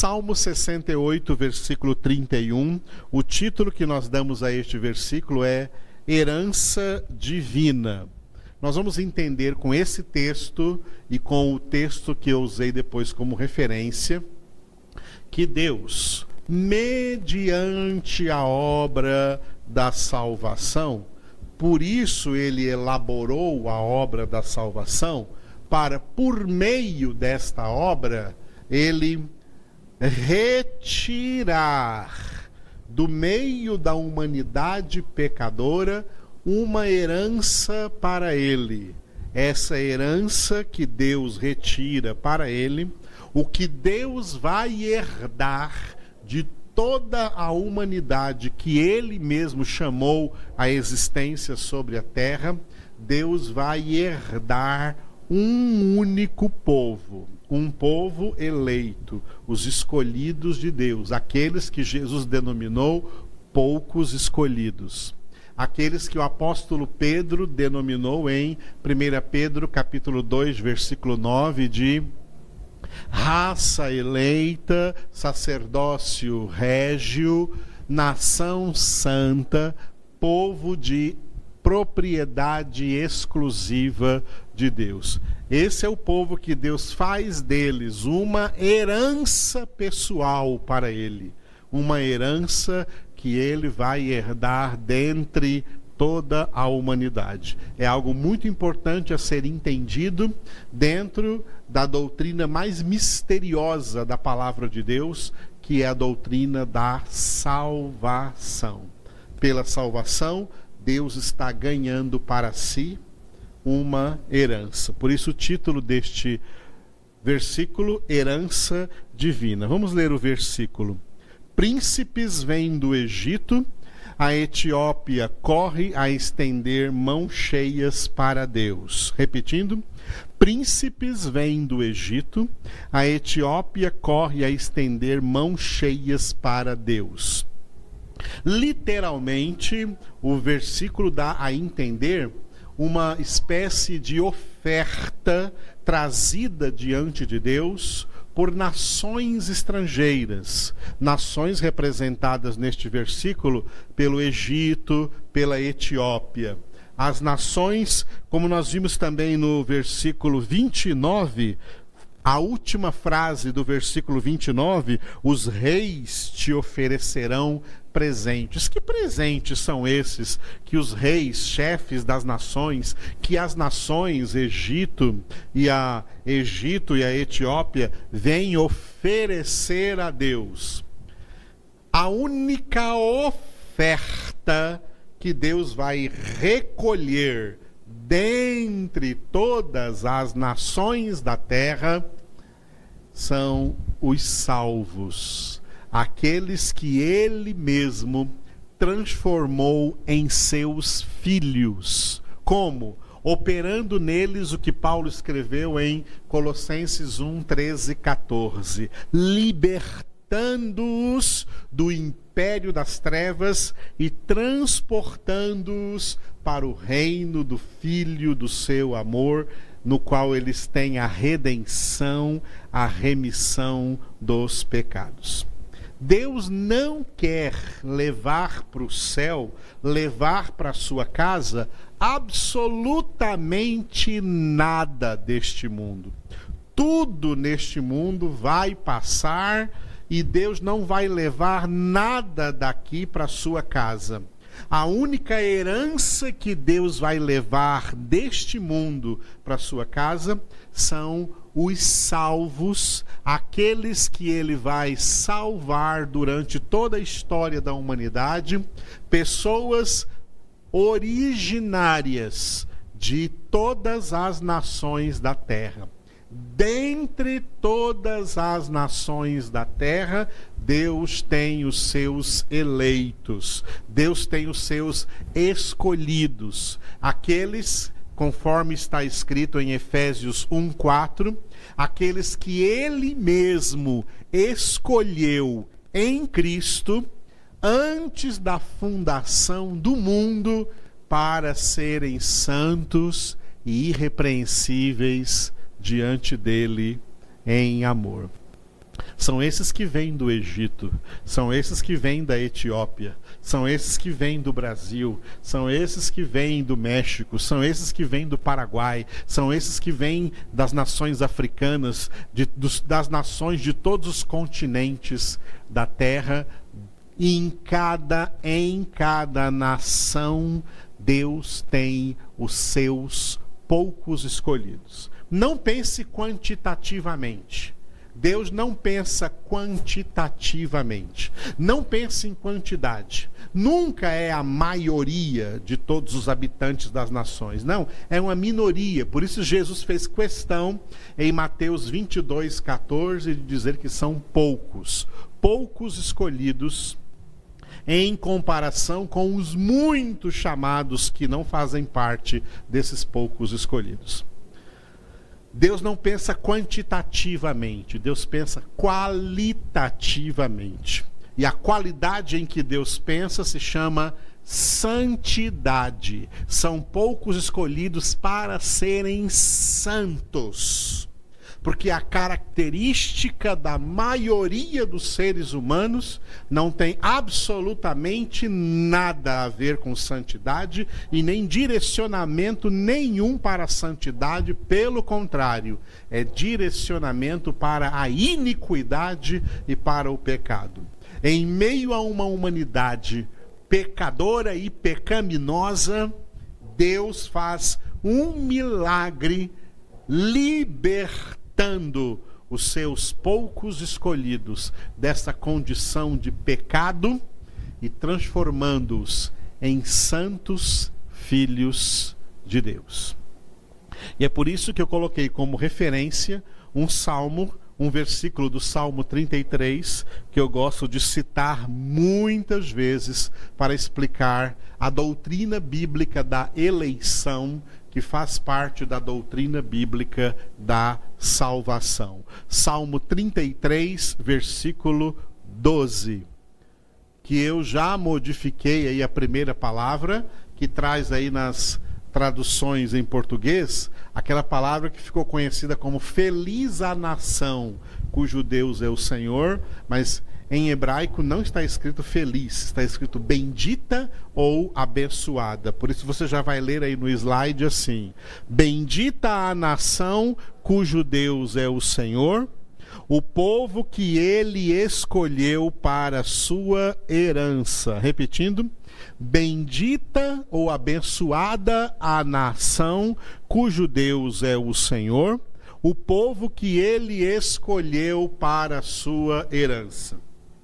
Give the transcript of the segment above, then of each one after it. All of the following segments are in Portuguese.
Salmo 68, versículo 31, o título que nós damos a este versículo é Herança Divina. Nós vamos entender com esse texto e com o texto que eu usei depois como referência, que Deus, mediante a obra da salvação, por isso ele elaborou a obra da salvação, para, por meio desta obra, ele retirar do meio da humanidade pecadora uma herança para ele. Essa herança que Deus retira para ele, o que Deus vai herdar de toda a humanidade que ele mesmo chamou à existência sobre a terra, Deus vai herdar um único povo, um povo eleito, os escolhidos de Deus, aqueles que Jesus denominou poucos escolhidos. Aqueles que o apóstolo Pedro denominou em 1 Pedro capítulo 2, versículo 9, de raça eleita, sacerdócio régio, nação santa, povo de propriedade exclusiva de Deus. Esse é o povo que Deus faz deles uma herança pessoal para ele, uma herança que ele vai herdar dentre toda a humanidade. É algo muito importante a ser entendido dentro da doutrina mais misteriosa da palavra de Deus, que é a doutrina da salvação. Pela salvação, Deus está ganhando para si uma herança. Por isso o título deste versículo, Herança Divina. Vamos ler o versículo. Príncipes vêm do Egito, a Etiópia corre a estender mãos cheias para Deus. Repetindo, príncipes vêm do Egito, a Etiópia corre a estender mãos cheias para Deus. Literalmente, o versículo dá a entender uma espécie de oferta trazida diante de Deus por nações estrangeiras, nações representadas neste versículo pelo Egito, pela Etiópia. As nações, como nós vimos também no versículo 29, a última frase do versículo 29, os reis te oferecerão presentes. Que presentes são esses que os reis, chefes das nações, que as nações Egito e a Etiópia vêm oferecer a Deus? A única oferta que Deus vai recolher dentre todas as nações da terra são os salvos, aqueles que ele mesmo transformou em seus filhos. Como? Operando neles o que Paulo escreveu em Colossenses 1, 13 e 14. Libertando-os do império das trevas e transportando-os para o reino do Filho do seu amor, no qual eles têm a redenção, a remissão dos pecados. Deus não quer levar para o céu, levar para a sua casa, absolutamente nada deste mundo. Tudo neste mundo vai passar e Deus não vai levar nada daqui para a sua casa. A única herança que Deus vai levar deste mundo para a sua casa são os salvos, aqueles que ele vai salvar durante toda a história da humanidade, pessoas originárias de todas as nações da terra. Dentre todas as nações da terra, Deus tem os seus eleitos, Deus tem os seus escolhidos, aqueles, conforme está escrito em Efésios 1:4, aqueles que ele mesmo escolheu em Cristo antes da fundação do mundo para serem santos e irrepreensíveis diante dele em amor. São esses que vêm do Egito, são esses que vêm da Etiópia, são esses que vêm do Brasil, são esses que vêm do México, são esses que vêm do Paraguai, são esses que vêm das nações africanas, das nações de todos os continentes da terra. E em cada nação, Deus tem os seus poucos escolhidos. Não pense quantitativamente. Deus não pensa quantitativamente. Não pense em quantidade. Nunca é a maioria de todos os habitantes das nações. Não, é uma minoria. Por isso Jesus fez questão em Mateus 22:14 de dizer que são poucos. Poucos escolhidos em comparação com os muitos chamados que não fazem parte desses poucos escolhidos. Deus não pensa quantitativamente, Deus pensa qualitativamente. E a qualidade em que Deus pensa se chama santidade. São poucos escolhidos para serem santos. Porque a característica da maioria dos seres humanos não tem absolutamente nada a ver com santidade e nem direcionamento nenhum para a santidade. Pelo contrário, é direcionamento para a iniquidade e para o pecado. Em meio a uma humanidade pecadora e pecaminosa, Deus faz um milagre libertando os seus poucos escolhidos dessa condição de pecado e transformando-os em santos filhos de Deus. E é por isso que eu coloquei como referência um versículo do Salmo 33, que eu gosto de citar muitas vezes para explicar a doutrina bíblica da eleição, que faz parte da doutrina bíblica da salvação. Salmo 33, versículo 12, que eu já modifiquei aí a primeira palavra, que traz aí nas traduções em português, aquela palavra que ficou conhecida como feliz a nação cujo Deus é o Senhor, mas em hebraico não está escrito feliz, está escrito bendita ou abençoada. Por isso você já vai ler aí no slide assim: bendita a nação cujo Deus é o Senhor, o povo que ele escolheu para a sua herança. Repetindo: bendita ou abençoada a nação cujo Deus é o Senhor, o povo que ele escolheu para a sua herança.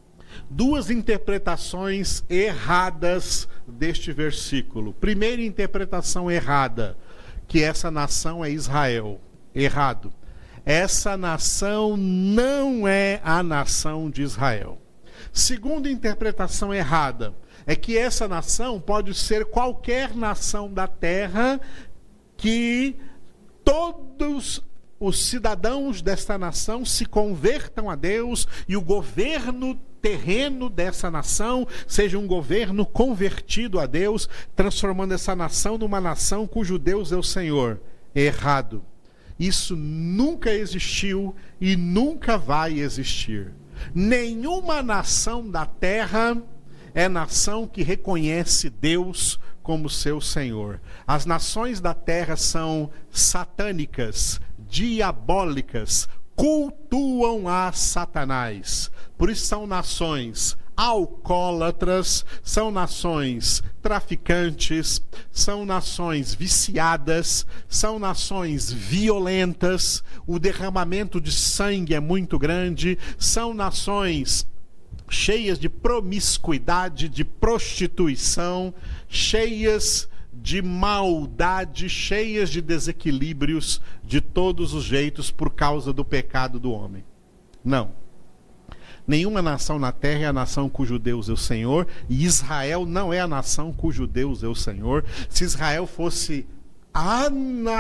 Duas interpretações erradas deste versículo. Primeira interpretação errada, que essa nação é Israel. Errado. Essa nação não é a nação de Israel. Segunda interpretação errada, é que essa nação pode ser qualquer nação da terra que todos os cidadãos desta nação se convertam a Deus e o governo terreno dessa nação seja um governo convertido a Deus, transformando essa nação numa nação cujo Deus é o Senhor. Errado. Isso nunca existiu e nunca vai existir. Nenhuma nação da terra é nação que reconhece Deus como seu Senhor. As nações da terra são satânicas, diabólicas, cultuam a Satanás. Por isso são nações alcoólatras, são nações traficantes, são nações viciadas, são nações violentas, o derramamento de sangue é muito grande, são nações cheias de promiscuidade, de prostituição, cheias de maldade, cheias de desequilíbrios de todos os jeitos por causa do pecado do homem. Não. Nenhuma nação na terra é a nação cujo Deus é o Senhor, e Israel não é a nação cujo Deus é o Senhor. Se Israel fosse a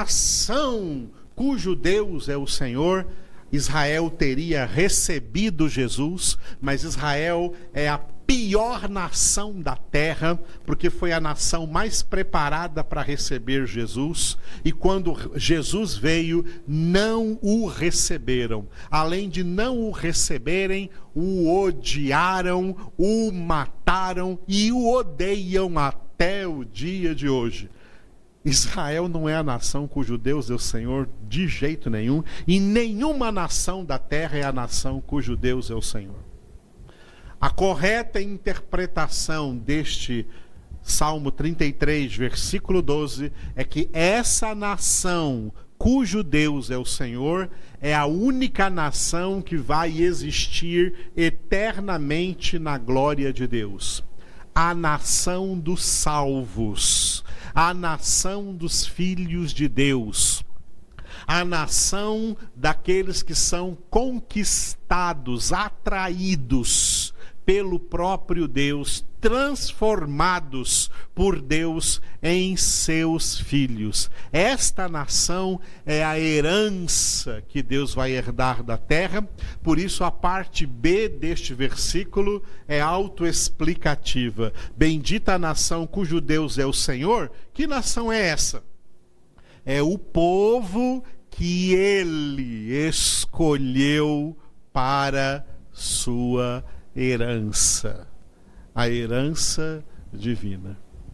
nação cujo Deus é o Senhor, Israel teria recebido Jesus, mas Israel é a pior nação da terra, porque foi a nação mais preparada para receber Jesus, e quando Jesus veio, não o receberam. Além de não o receberem, o odiaram, o mataram e o odeiam até o dia de hoje. Israel não é a nação cujo Deus é o Senhor de jeito nenhum, e nenhuma nação da terra é a nação cujo Deus é o Senhor. A correta interpretação deste Salmo 33, versículo 12, é que essa nação cujo Deus é o Senhor é a única nação que vai existir eternamente na glória de Deus. A nação dos salvos, a nação dos filhos de Deus, a nação daqueles que são conquistados, atraídos pelo próprio Deus, transformados por Deus em seus filhos. Esta nação é a herança que Deus vai herdar da terra, por isso a parte B deste versículo é autoexplicativa. Bendita a nação cujo Deus é o Senhor. Que nação é essa? É o povo que ele escolheu para sua herança, a herança divina.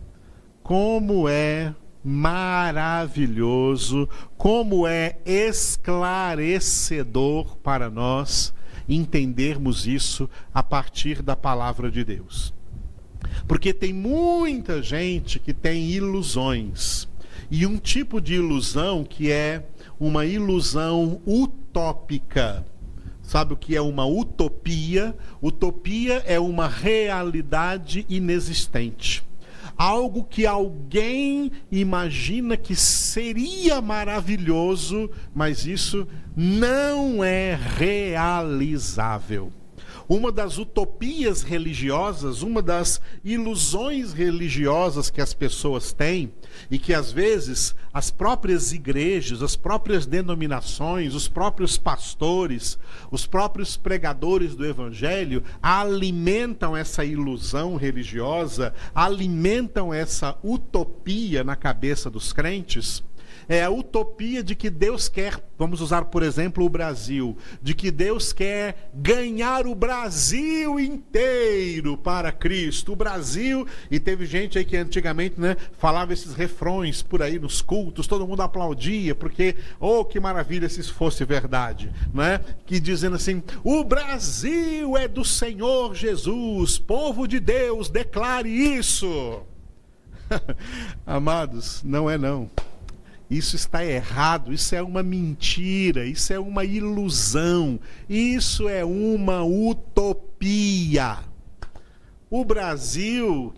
Como é maravilhoso, como é esclarecedor para nós entendermos isso a partir da palavra de Deus. Porque tem muita gente que tem ilusões, e um tipo de ilusão que é uma ilusão utópica. Sabe o que é uma utopia? Utopia é uma realidade inexistente. Algo que alguém imagina que seria maravilhoso, mas isso não é realizável. Uma das utopias religiosas, uma das ilusões religiosas que as pessoas têm, e que às vezes as próprias igrejas, as próprias denominações, os próprios pastores, os próprios pregadores do evangelho alimentam essa ilusão religiosa, alimentam essa utopia na cabeça dos crentes. É a utopia de que Deus quer, vamos usar por exemplo o Brasil, de que Deus quer ganhar o Brasil inteiro para Cristo. O Brasil, e teve gente aí que antigamente, né, falava esses refrões por aí nos cultos, todo mundo aplaudia, porque, oh, que maravilha se isso fosse verdade, né? Que dizendo assim, o Brasil é do Senhor Jesus, povo de Deus, declare isso. Amados, não é não. Isso está errado, isso é uma mentira, isso é uma ilusão, isso é uma utopia. O Brasil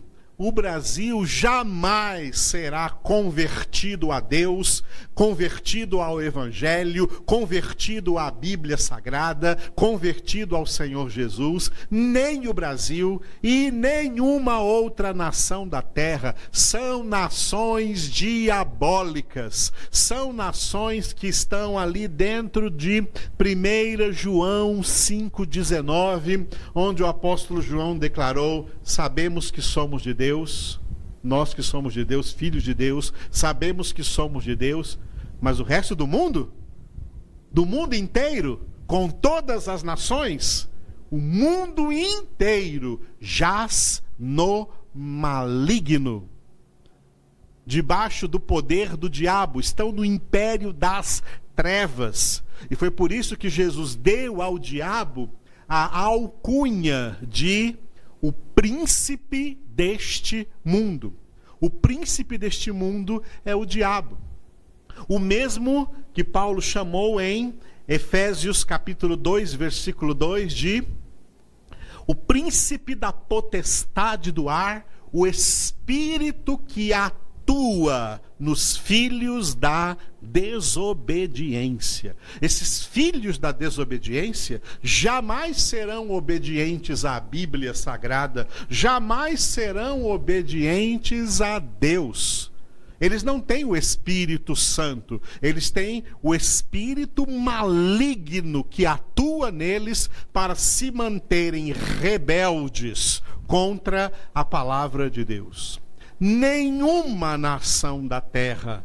jamais será convertido a Deus, convertido ao Evangelho, convertido à Bíblia Sagrada, convertido ao Senhor Jesus. Nem o Brasil e nenhuma outra nação da terra. São nações diabólicas, são nações que estão ali dentro de 1 João 5,19, onde o apóstolo João declarou, sabemos que somos de Deus, nós que somos de Deus, filhos de Deus, sabemos que somos de Deus, mas o resto do mundo inteiro, com todas as nações, o mundo inteiro jaz no maligno, debaixo do poder do diabo, estão no império das trevas. E foi por isso que Jesus deu ao diabo a alcunha de o príncipe deste mundo. O príncipe deste mundo é o diabo. O mesmo que Paulo chamou em Efésios capítulo 2, versículo 2 de o príncipe da potestade do ar, o espírito que atua nos filhos da desobediência. Esses filhos da desobediência jamais serão obedientes à Bíblia Sagrada, jamais serão obedientes a Deus. Eles não têm o Espírito Santo, eles têm o espírito maligno que atua neles para se manterem rebeldes contra a palavra de Deus. Nenhuma nação da terra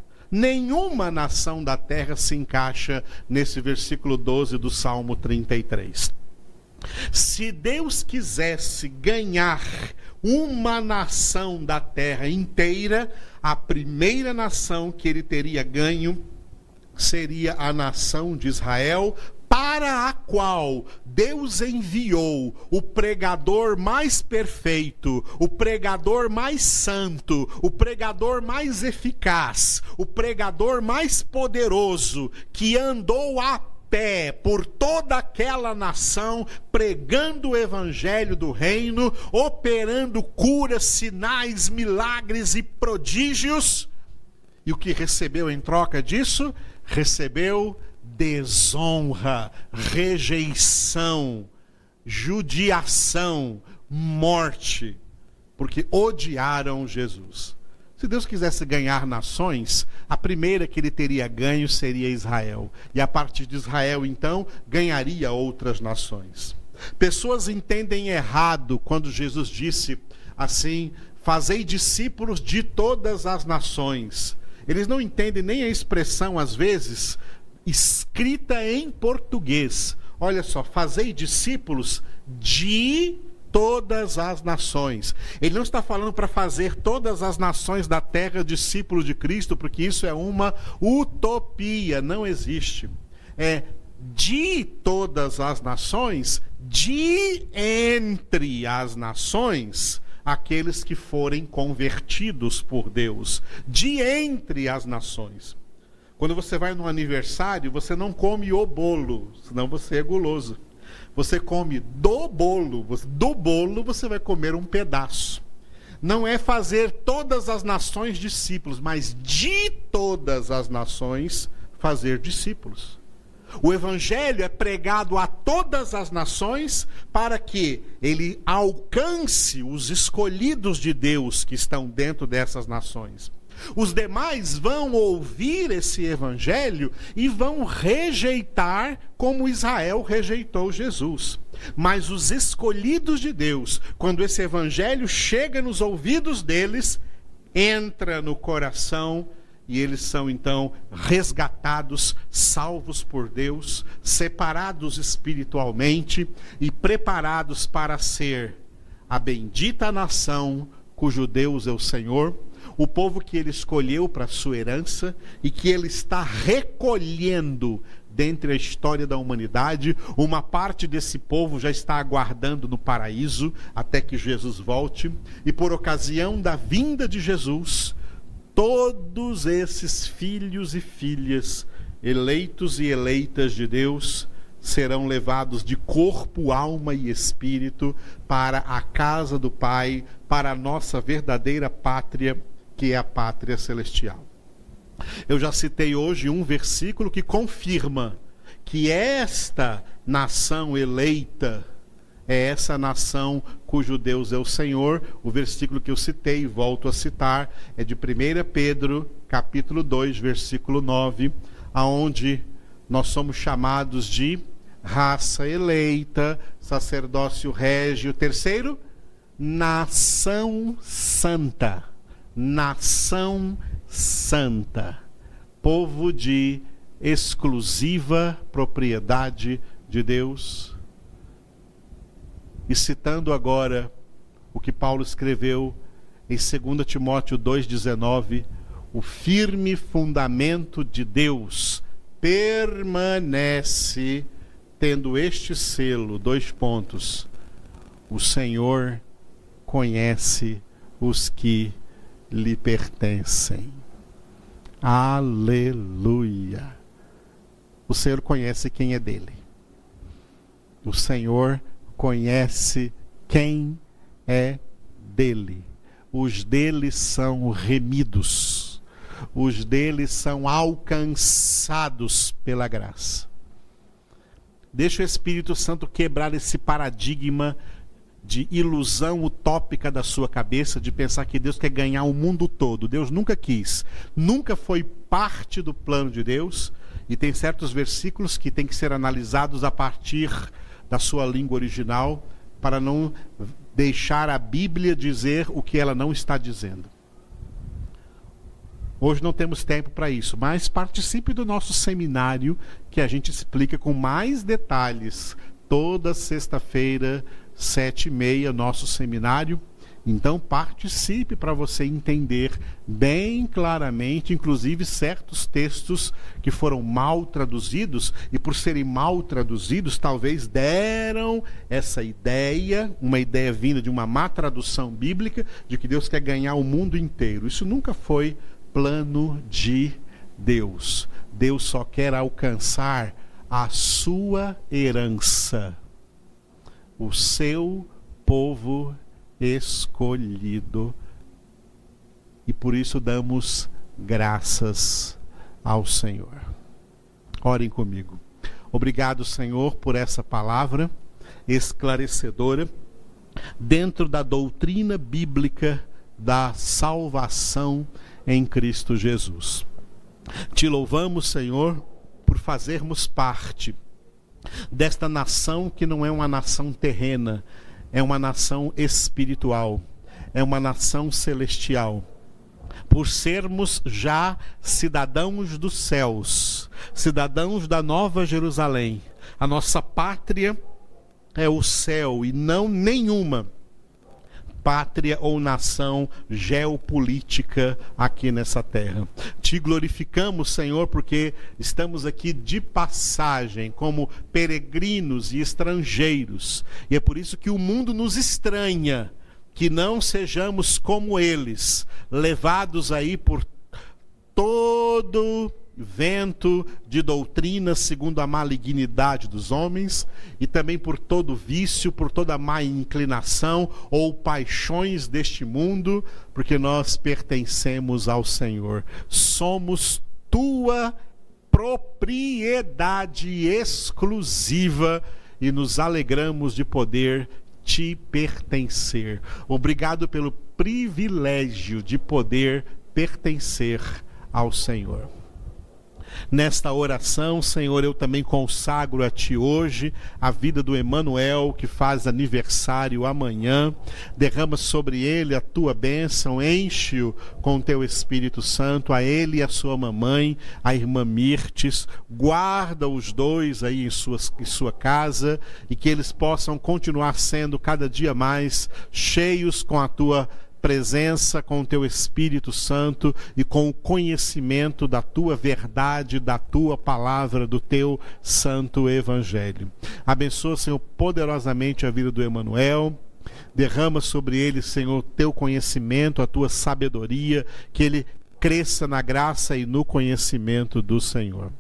se encaixa nesse versículo 12 do Salmo 33. Se Deus quisesse ganhar uma nação da terra inteira, a primeira nação que ele teria ganho seria a nação de Israel, para a qual Deus enviou o pregador mais perfeito, o pregador mais santo, o pregador mais eficaz, o pregador mais poderoso, que andou a pé por toda aquela nação, pregando o evangelho do reino, operando curas, sinais, milagres e prodígios. E o que recebeu em troca disso? Recebeu desonra, rejeição, judiação, morte, porque odiaram Jesus. Se Deus quisesse ganhar nações, a primeira que ele teria ganho seria Israel. E a partir de Israel, então, ganharia outras nações. Pessoas entendem errado quando Jesus disse assim: fazei discípulos de todas as nações. Eles não entendem nem a expressão, às vezes, escrita em português. Olha só, fazei discípulos de todas as nações. Ele não está falando para fazer todas as nações da terra discípulos de Cristo, porque isso é uma utopia, não existe. É de todas as nações, de entre as nações, aqueles que forem convertidos por Deus, de entre as nações. Quando você vai num aniversário, você não come o bolo, senão você é guloso. Você come do bolo você vai comer um pedaço. Não é fazer todas as nações discípulos, mas de todas as nações fazer discípulos. O evangelho é pregado a todas as nações para que ele alcance os escolhidos de Deus que estão dentro dessas nações. Os demais vão ouvir esse evangelho e vão rejeitar como Israel rejeitou Jesus. Mas os escolhidos de Deus, quando esse evangelho chega nos ouvidos deles, entra no coração e eles são então resgatados, salvos por Deus, separados espiritualmente e preparados para ser a bendita nação cujo Deus é o Senhor, o povo que ele escolheu para sua herança e que ele está recolhendo dentre a história da humanidade. Uma parte desse povo já está aguardando no paraíso até que Jesus volte, e por ocasião da vinda de Jesus, todos esses filhos e filhas, eleitos e eleitas de Deus, serão levados de corpo, alma e espírito para a casa do Pai, para a nossa verdadeira pátria, que é a pátria celestial. Eu já citei hoje um versículo que confirma que esta nação eleita é essa nação cujo Deus é o Senhor. O versículo que eu citei e volto a citar é de 1 Pedro, capítulo 2, versículo 9, aonde nós somos chamados de raça eleita, sacerdócio régio. Terceiro, nação santa. Nação santa, povo de exclusiva propriedade de Deus. E citando agora o que Paulo escreveu em 2 Timóteo 2,19, o firme fundamento de Deus permanece, tendo este selo, 2 pontos: o Senhor conhece os que lhe pertencem. Aleluia! O Senhor conhece quem é dele. O Senhor conhece quem é dele. Os dele são remidos. Os dele são alcançados pela graça. Deixa o Espírito Santo quebrar esse paradigma de ilusão utópica da sua cabeça, de pensar que Deus quer ganhar o mundo todo. Deus nunca quis, nunca foi parte do plano de Deus, e tem certos versículos que têm que ser analisados a partir da sua língua original, para não deixar a Bíblia dizer o que ela não está dizendo. Hoje não temos tempo para isso, mas participe do nosso seminário, que a gente explica com mais detalhes. Toda sexta-feira, 7h30, nosso seminário. Então participe para você entender bem claramente, inclusive certos textos que foram mal traduzidos, e por serem mal traduzidos, talvez deram essa ideia, uma ideia vinda de uma má tradução bíblica, de que Deus quer ganhar o mundo inteiro. Isso nunca foi plano de Deus. Deus só quer alcançar a sua herança, o seu povo escolhido. E por isso damos graças ao Senhor. Orem comigo. Obrigado, Senhor, por essa palavra esclarecedora dentro da doutrina bíblica da salvação em Cristo Jesus. Te louvamos, Senhor, por fazermos parte desta nação que não é uma nação terrena, é uma nação espiritual, é uma nação celestial. Por sermos já cidadãos dos céus, cidadãos da Nova Jerusalém. A nossa pátria é o céu e não nenhuma pátria ou nação geopolítica aqui nessa terra. Te glorificamos, Senhor, porque estamos aqui de passagem, como peregrinos e estrangeiros. E é por isso que o mundo nos estranha, que não sejamos como eles, levados aí por todo vento de doutrina segundo a malignidade dos homens, e também por todo vício, por toda má inclinação ou paixões deste mundo, porque nós pertencemos ao Senhor. Somos tua propriedade exclusiva e nos alegramos de poder te pertencer. Obrigado pelo privilégio de poder pertencer ao Senhor. Nesta oração, Senhor, eu também consagro a Ti hoje a vida do Emanuel, que faz aniversário amanhã. Derrama sobre ele a Tua bênção, enche-o com Teu Espírito Santo, a ele e a sua mamãe, a irmã Mirtes. Guarda os dois aí em sua casa, e que eles possam continuar sendo cada dia mais cheios com a Tua presença, com o Teu Espírito Santo e com o conhecimento da Tua verdade, da Tua palavra, do Teu santo Evangelho. Abençoa, Senhor, poderosamente a vida do Emanuel. Derrama sobre ele, Senhor, Teu conhecimento, a Tua sabedoria, que ele cresça na graça e no conhecimento do Senhor.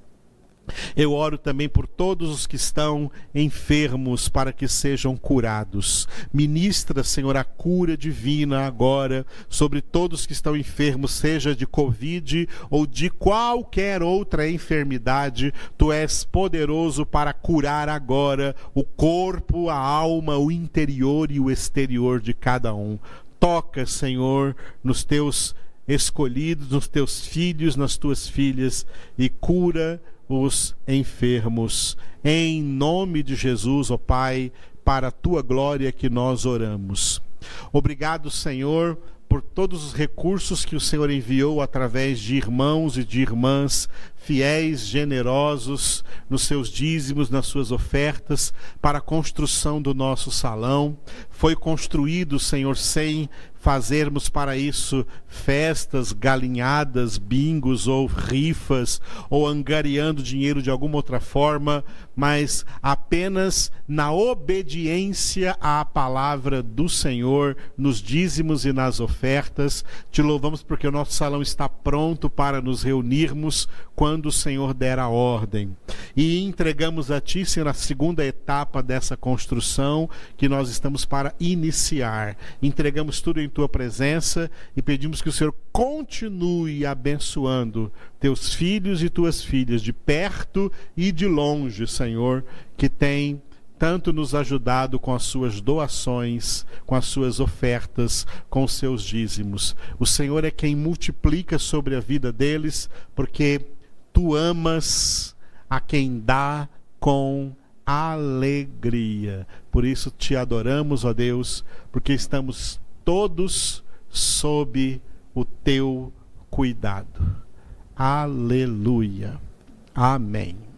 Eu oro também por todos os que estão enfermos, para que sejam curados. Ministra, Senhor, a cura divina agora sobre todos que estão enfermos, seja de Covid ou de qualquer outra enfermidade. Tu és poderoso para curar agora o corpo, a alma, o interior e o exterior de cada um. Toca, Senhor, nos Teus escolhidos, nos Teus filhos, nas Tuas filhas, e cura os enfermos, em nome de Jesus, ó Pai, para a Tua glória que nós oramos. Obrigado, Senhor, por todos os recursos que o Senhor enviou através de irmãos e de irmãs fiéis, generosos nos seus dízimos, nas suas ofertas, para a construção do nosso salão. Foi construído, Senhor, sem fazermos para isso festas, galinhadas, bingos ou rifas, ou angariando dinheiro de alguma outra forma, mas apenas na obediência à palavra do Senhor, nos dízimos e nas ofertas. Te louvamos porque o nosso salão está pronto para nos reunirmos quando o Senhor der a ordem. E entregamos a Ti, Senhor, a segunda etapa dessa construção que nós estamos para iniciar. Entregamos tudo em Tua presença e pedimos que o Senhor continue abençoando Teus filhos e Tuas filhas, de perto e de longe, Senhor, que tem tanto nos ajudado com as suas doações, com as suas ofertas, com os seus dízimos. O Senhor é quem multiplica sobre a vida deles, porque Tu amas a quem dá com alegria. Por isso te adoramos, ó Deus, porque estamos todos sob o teu cuidado. Aleluia. Amém.